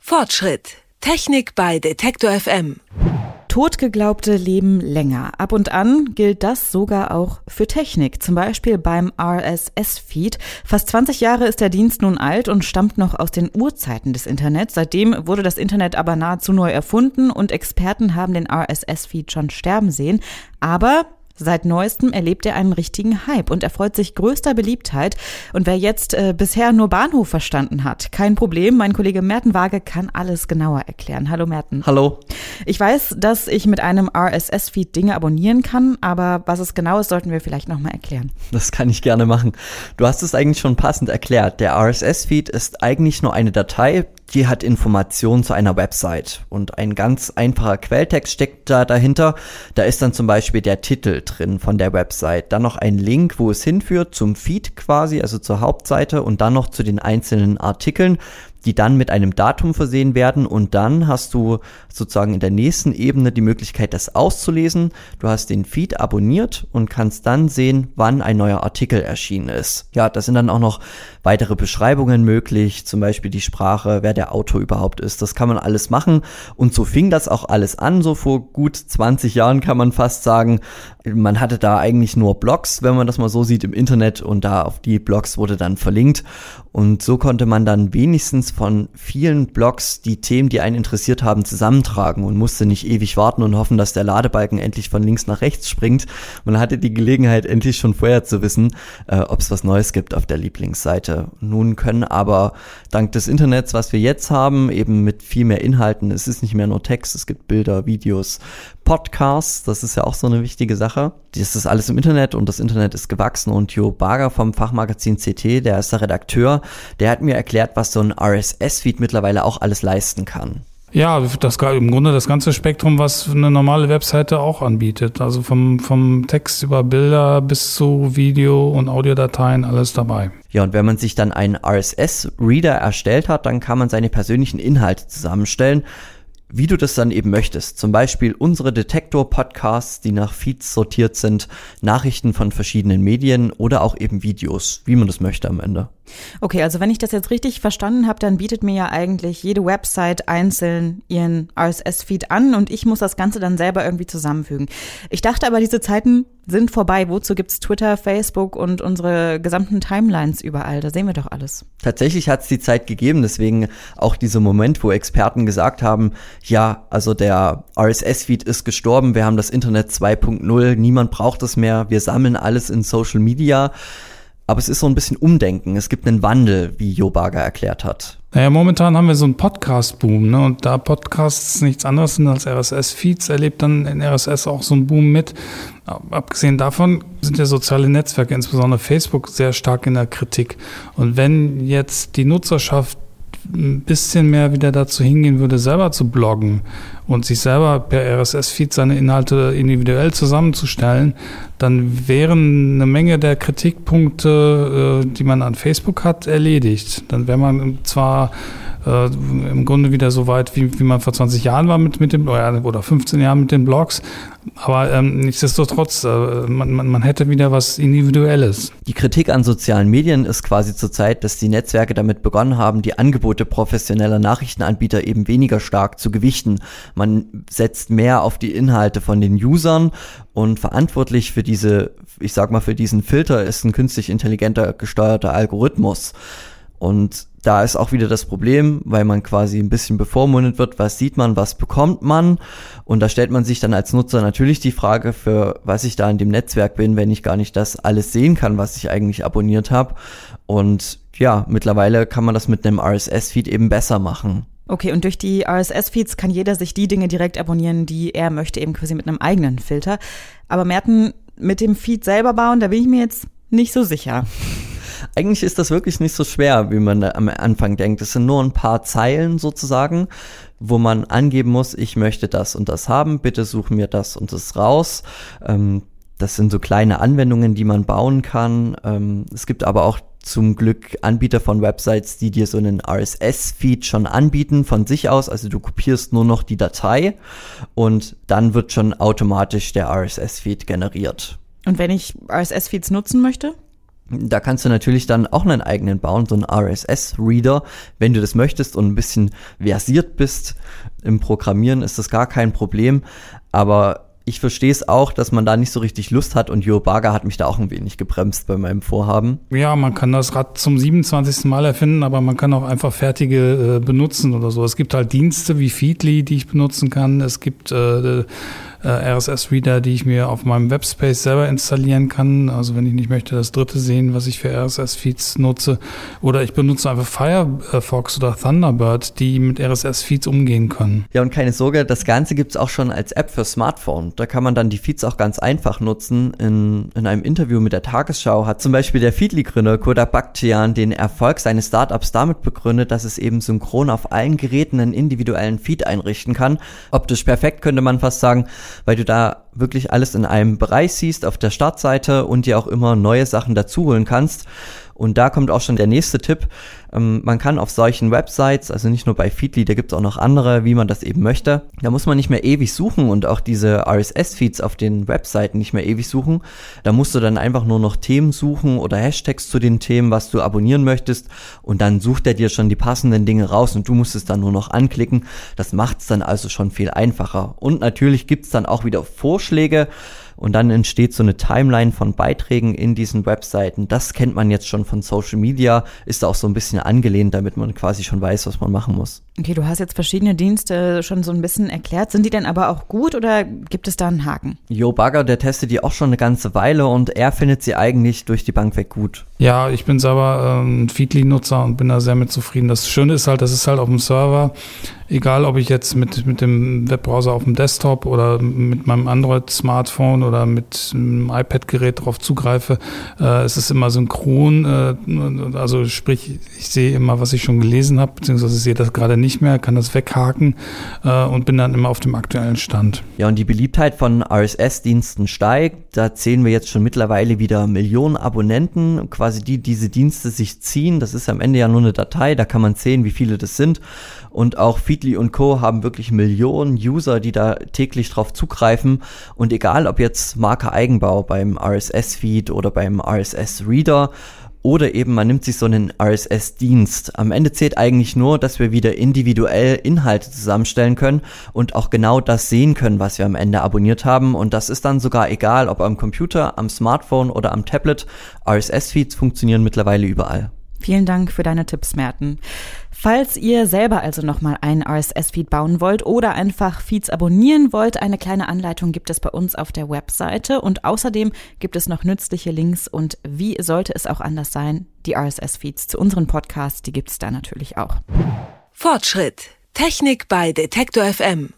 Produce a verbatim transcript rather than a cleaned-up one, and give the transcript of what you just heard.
Fortschritt. Technik bei Detektor F M. Totgeglaubte leben länger. Ab und an gilt das sogar auch für Technik, zum Beispiel beim R S S-Feed. Fast zwanzig Jahre ist der Dienst nun alt und stammt noch aus den Urzeiten des Internets. Seitdem wurde das Internet aber nahezu neu erfunden und Experten haben den R S S-Feed schon sterben sehen. Aber seit Neuestem erlebt er einen richtigen Hype und erfreut sich größter Beliebtheit. Und wer jetzt äh, bisher nur Bahnhof verstanden hat, kein Problem. Mein Kollege Merten Waage kann alles genauer erklären. Hallo Merten. Hallo. Ich weiß, dass ich mit einem R S S-Feed Dinge abonnieren kann, aber was es genau ist, sollten wir vielleicht nochmal erklären. Das kann ich gerne machen. Du hast es eigentlich schon passend erklärt. Der R S S-Feed ist eigentlich nur eine Datei, die hat Informationen zu einer Website und ein ganz einfacher Quelltext steckt da dahinter. Da ist dann zum Beispiel der Titel drin von der Website, dann noch ein Link, wo es hinführt zum Feed quasi, also zur Hauptseite und dann noch zu den einzelnen Artikeln, die dann mit einem Datum versehen werden und dann hast du sozusagen in der nächsten Ebene die Möglichkeit, das auszulesen. Du hast den Feed abonniert und kannst dann sehen, wann ein neuer Artikel erschienen ist. Ja, da sind dann auch noch weitere Beschreibungen möglich, zum Beispiel die Sprache, wer der Autor überhaupt ist. Das kann man alles machen und so fing das auch alles an, so vor gut zwanzig Jahren kann man fast sagen. Man hatte da eigentlich nur Blogs, wenn man das mal so sieht, im Internet und da auf die Blogs wurde dann verlinkt und so konnte man dann wenigstens von vielen Blogs die Themen, die einen interessiert haben, zusammentragen und musste nicht ewig warten und hoffen, dass der Ladebalken endlich von links nach rechts springt. Man hatte die Gelegenheit, endlich schon vorher zu wissen, äh, ob es was Neues gibt auf der Lieblingsseite. Nun können aber dank des Internets, was wir jetzt haben, eben mit viel mehr Inhalten, es ist nicht mehr nur Text, es gibt Bilder, Videos, Podcasts, das ist ja auch so eine wichtige Sache. Das ist alles im Internet und das Internet ist gewachsen und Jo Barger vom Fachmagazin C T, der ist der Redakteur, der hat mir erklärt, was so ein R S S-Feed mittlerweile auch alles leisten kann. Ja, das im Grunde das ganze Spektrum, was eine normale Webseite auch anbietet. Also vom, vom Text über Bilder bis zu Video- und Audiodateien, alles dabei. Ja, und wenn man sich dann einen R S S-Reader erstellt hat, dann kann man seine persönlichen Inhalte zusammenstellen, wie du das dann eben möchtest. Zum Beispiel unsere Detektor-Podcasts, die nach Feeds sortiert sind, Nachrichten von verschiedenen Medien oder auch eben Videos, wie man das möchte am Ende. Okay, also wenn ich das jetzt richtig verstanden habe, dann bietet mir ja eigentlich jede Website einzeln ihren R S S-Feed an und ich muss das Ganze dann selber irgendwie zusammenfügen. Ich dachte aber, diese Zeiten sind vorbei. Wozu gibt's Twitter, Facebook und unsere gesamten Timelines überall? Da sehen wir doch alles. Tatsächlich hat es die Zeit gegeben, deswegen auch dieser Moment, wo Experten gesagt haben, ja, also der R S S-Feed ist gestorben, wir haben das Internet zwei Punkt null, niemand braucht es mehr, wir sammeln alles in Social Media. Aber es ist so ein bisschen Umdenken. Es gibt einen Wandel, wie Jo Barger erklärt hat. Naja, momentan haben wir so einen Podcast-Boom, ne? Und da Podcasts nichts anderes sind als R S S-Feeds, erlebt dann in R S S auch so einen Boom mit. Abgesehen davon sind ja soziale Netzwerke, insbesondere Facebook, sehr stark in der Kritik. Und wenn jetzt die Nutzerschaft ein bisschen mehr wieder dazu hingehen würde, selber zu bloggen und sich selber per R S S-Feed seine Inhalte individuell zusammenzustellen, dann wären eine Menge der Kritikpunkte, die man an Facebook hat, erledigt. Dann wäre man zwar äh, im Grunde wieder so weit, wie, wie man vor zwanzig Jahren war mit, mit dem, oder fünfzehn Jahren mit den Blogs, aber ähm, nichtsdestotrotz, äh, man, man, man hätte wieder was Individuelles. Die Kritik an sozialen Medien ist quasi zurzeit, dass die Netzwerke damit begonnen haben, die Angebote professioneller Nachrichtenanbieter eben weniger stark zu gewichten. Man setzt mehr auf die Inhalte von den Usern und verantwortlich für diese, ich sag mal, für diesen Filter ist ein künstlich intelligenter gesteuerter Algorithmus. Und da ist auch wieder das Problem, weil man quasi ein bisschen bevormundet wird, was sieht man, was bekommt man. Und da stellt man sich dann als Nutzer natürlich die Frage, für was ich da in dem Netzwerk bin, wenn ich gar nicht das alles sehen kann, was ich eigentlich abonniert habe. Und ja, mittlerweile kann man das mit einem R S S-Feed eben besser machen. Okay, und durch die R S S-Feeds kann jeder sich die Dinge direkt abonnieren, die er möchte, eben quasi mit einem eigenen Filter. Aber Merten, mit dem Feed selber bauen, da bin ich mir jetzt nicht so sicher. Eigentlich ist das wirklich nicht so schwer, wie man am Anfang denkt. Es sind nur ein paar Zeilen sozusagen, wo man angeben muss, ich möchte das und das haben, bitte such mir das und das raus. Ähm, das sind so kleine Anwendungen, die man bauen kann. Ähm, es gibt aber auch zum Glück Anbieter von Websites, die dir so einen R S S-Feed schon anbieten von sich aus. Also du kopierst nur noch die Datei und dann wird schon automatisch der R S S-Feed generiert. Und wenn ich R S S-Feeds nutzen möchte? Da kannst du natürlich dann auch einen eigenen bauen, so einen R S S-Reader, wenn du das möchtest und ein bisschen versiert bist im Programmieren, ist das gar kein Problem, aber ich verstehe es auch, dass man da nicht so richtig Lust hat und YoBugger hat mich da auch ein wenig gebremst bei meinem Vorhaben. Ja, man kann das Rad zum siebenundzwanzigsten Mal erfinden, aber man kann auch einfach fertige äh, benutzen oder so. Es gibt halt Dienste wie Feedly, die ich benutzen kann. Es gibt äh, äh, R S S-Reader, die ich mir auf meinem Webspace selber installieren kann. Also wenn ich nicht möchte, das dritte sehen, was ich für R S S-Feeds nutze. Oder ich benutze einfach Firefox oder Thunderbird, die mit R S S-Feeds umgehen können. Ja, und keine Sorge, das Ganze gibt's auch schon als App für Smartphone. Da kann man dann die Feeds auch ganz einfach nutzen. In, in einem Interview mit der Tagesschau hat zum Beispiel der Feedly-Gründer Kodak Bakhtian den Erfolg seines Startups damit begründet, dass es eben synchron auf allen Geräten einen individuellen Feed einrichten kann. Optisch perfekt, könnte man fast sagen, weil du da wirklich alles in einem Bereich siehst auf der Startseite und dir auch immer neue Sachen dazu holen kannst. Und da kommt auch schon der nächste Tipp. Ähm, man kann auf solchen Websites, also nicht nur bei Feedly, da gibt es auch noch andere, wie man das eben möchte. Da muss man nicht mehr ewig suchen und auch diese R S S-Feeds auf den Webseiten nicht mehr ewig suchen. Da musst du dann einfach nur noch Themen suchen oder Hashtags zu den Themen, was du abonnieren möchtest. Und dann sucht er dir schon die passenden Dinge raus und du musst es dann nur noch anklicken. Das macht es dann also schon viel einfacher. Und natürlich gibt es dann auch wieder Vorschläge. Und dann entsteht so eine Timeline von Beiträgen in diesen Webseiten. Das kennt man jetzt schon von Social Media, ist auch so ein bisschen angelehnt, damit man quasi schon weiß, was man machen muss. Okay, du hast jetzt verschiedene Dienste schon so ein bisschen erklärt. Sind die denn aber auch gut oder gibt es da einen Haken? YoBugger, der testet die auch schon eine ganze Weile und er findet sie eigentlich durch die Bank weg gut. Ja, ich bin selber ein ähm, Feedly-Nutzer und bin da sehr mit zufrieden. Das Schöne ist halt, das ist halt auf dem Server. Egal, ob ich jetzt mit, mit dem Webbrowser auf dem Desktop oder mit meinem Android-Smartphone oder mit einem iPad-Gerät drauf zugreife, äh, es ist immer synchron. Äh, also sprich, ich sehe immer, was ich schon gelesen habe, beziehungsweise ich sehe das gerade nicht mehr, kann das weghaken äh, und bin dann immer auf dem aktuellen Stand. Ja, und die Beliebtheit von R S S-Diensten steigt. Da zählen wir jetzt schon mittlerweile wieder Millionen Abonnenten, quasi die diese Dienste sich ziehen. Das ist am Ende ja nur eine Datei, da kann man sehen, wie viele das sind. Und auch Feedly und Co. haben wirklich Millionen User, die da täglich drauf zugreifen. Und egal, ob jetzt Marke Eigenbau beim R S S-Feed oder beim R S S-Reader oder eben man nimmt sich so einen R S S-Dienst. Am Ende zählt eigentlich nur, dass wir wieder individuell Inhalte zusammenstellen können und auch genau das sehen können, was wir am Ende abonniert haben. Und das ist dann sogar egal, ob am Computer, am Smartphone oder am Tablet. R S S-Feeds funktionieren mittlerweile überall. Vielen Dank für deine Tipps, Merten. Falls ihr selber also nochmal einen R S S-Feed bauen wollt oder einfach Feeds abonnieren wollt, eine kleine Anleitung gibt es bei uns auf der Webseite und außerdem gibt es noch nützliche Links und wie sollte es auch anders sein, die R S S-Feeds zu unseren Podcasts, die gibt es da natürlich auch. Fortschritt. Technik bei Detektor F M.